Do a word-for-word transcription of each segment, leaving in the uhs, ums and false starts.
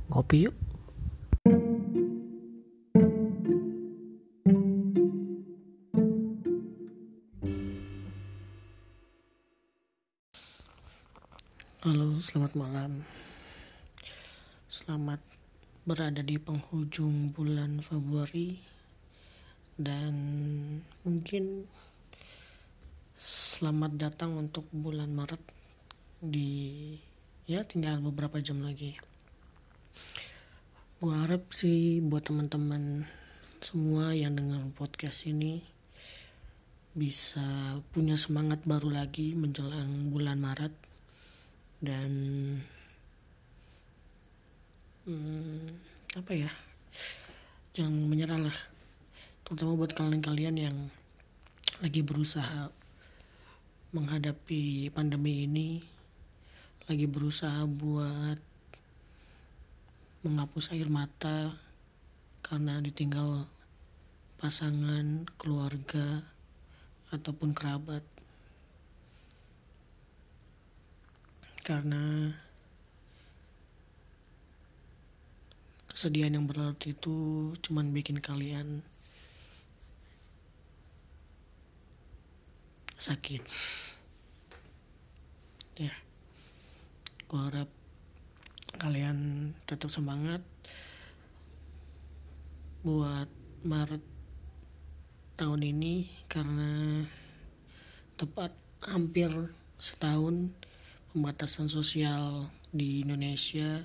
Ngopi yuk. Halo, selamat malam. Selamat berada di penghujung bulan Februari dan mungkin selamat datang untuk bulan Maret. Di ya tinggal beberapa jam lagi. Gua harap sih buat teman-teman semua yang dengar podcast ini bisa punya semangat baru lagi menjelang bulan Maret dan hmm, apa ya, jangan menyerah lah, terutama buat kalian-kalian yang lagi berusaha menghadapi pandemi ini, lagi berusaha buat menghapus air mata karena ditinggal pasangan, keluarga, ataupun kerabat. Karena kesedihan yang berlarut itu cuman bikin kalian sakit. Ya, gue harap kalian tetap semangat buat Maret tahun ini, karena tepat hampir setahun pembatasan sosial di Indonesia.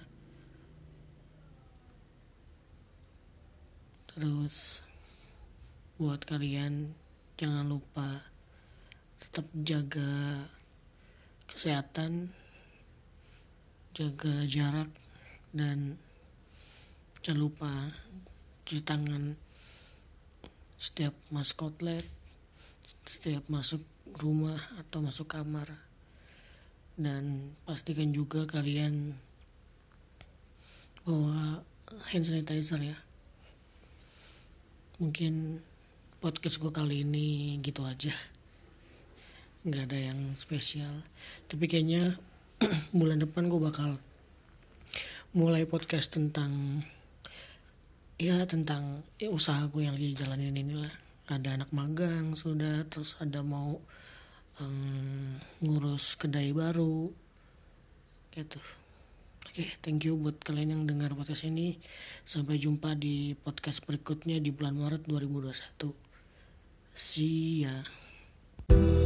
Terus buat kalian jangan lupa tetap jaga kesehatan, jaga jarak, dan jangan lupa cuci tangan setiap masuk outlet, setiap masuk rumah atau masuk kamar. Dan pastikan juga kalian bawa hand sanitizer ya. Mungkin podcast gue kali ini gitu aja, nggak ada yang spesial. Tapi kayaknya bulan depan gue bakal mulai podcast tentang ya tentang ya usaha gue yang lagi jalanin inilah. Ada anak magang sudah, terus ada mau um, ngurus kedai baru gitu. Oke, thank you buat kalian yang dengar podcast ini. Sampai jumpa di podcast berikutnya di bulan Maret dua ribu dua puluh satu. See ya.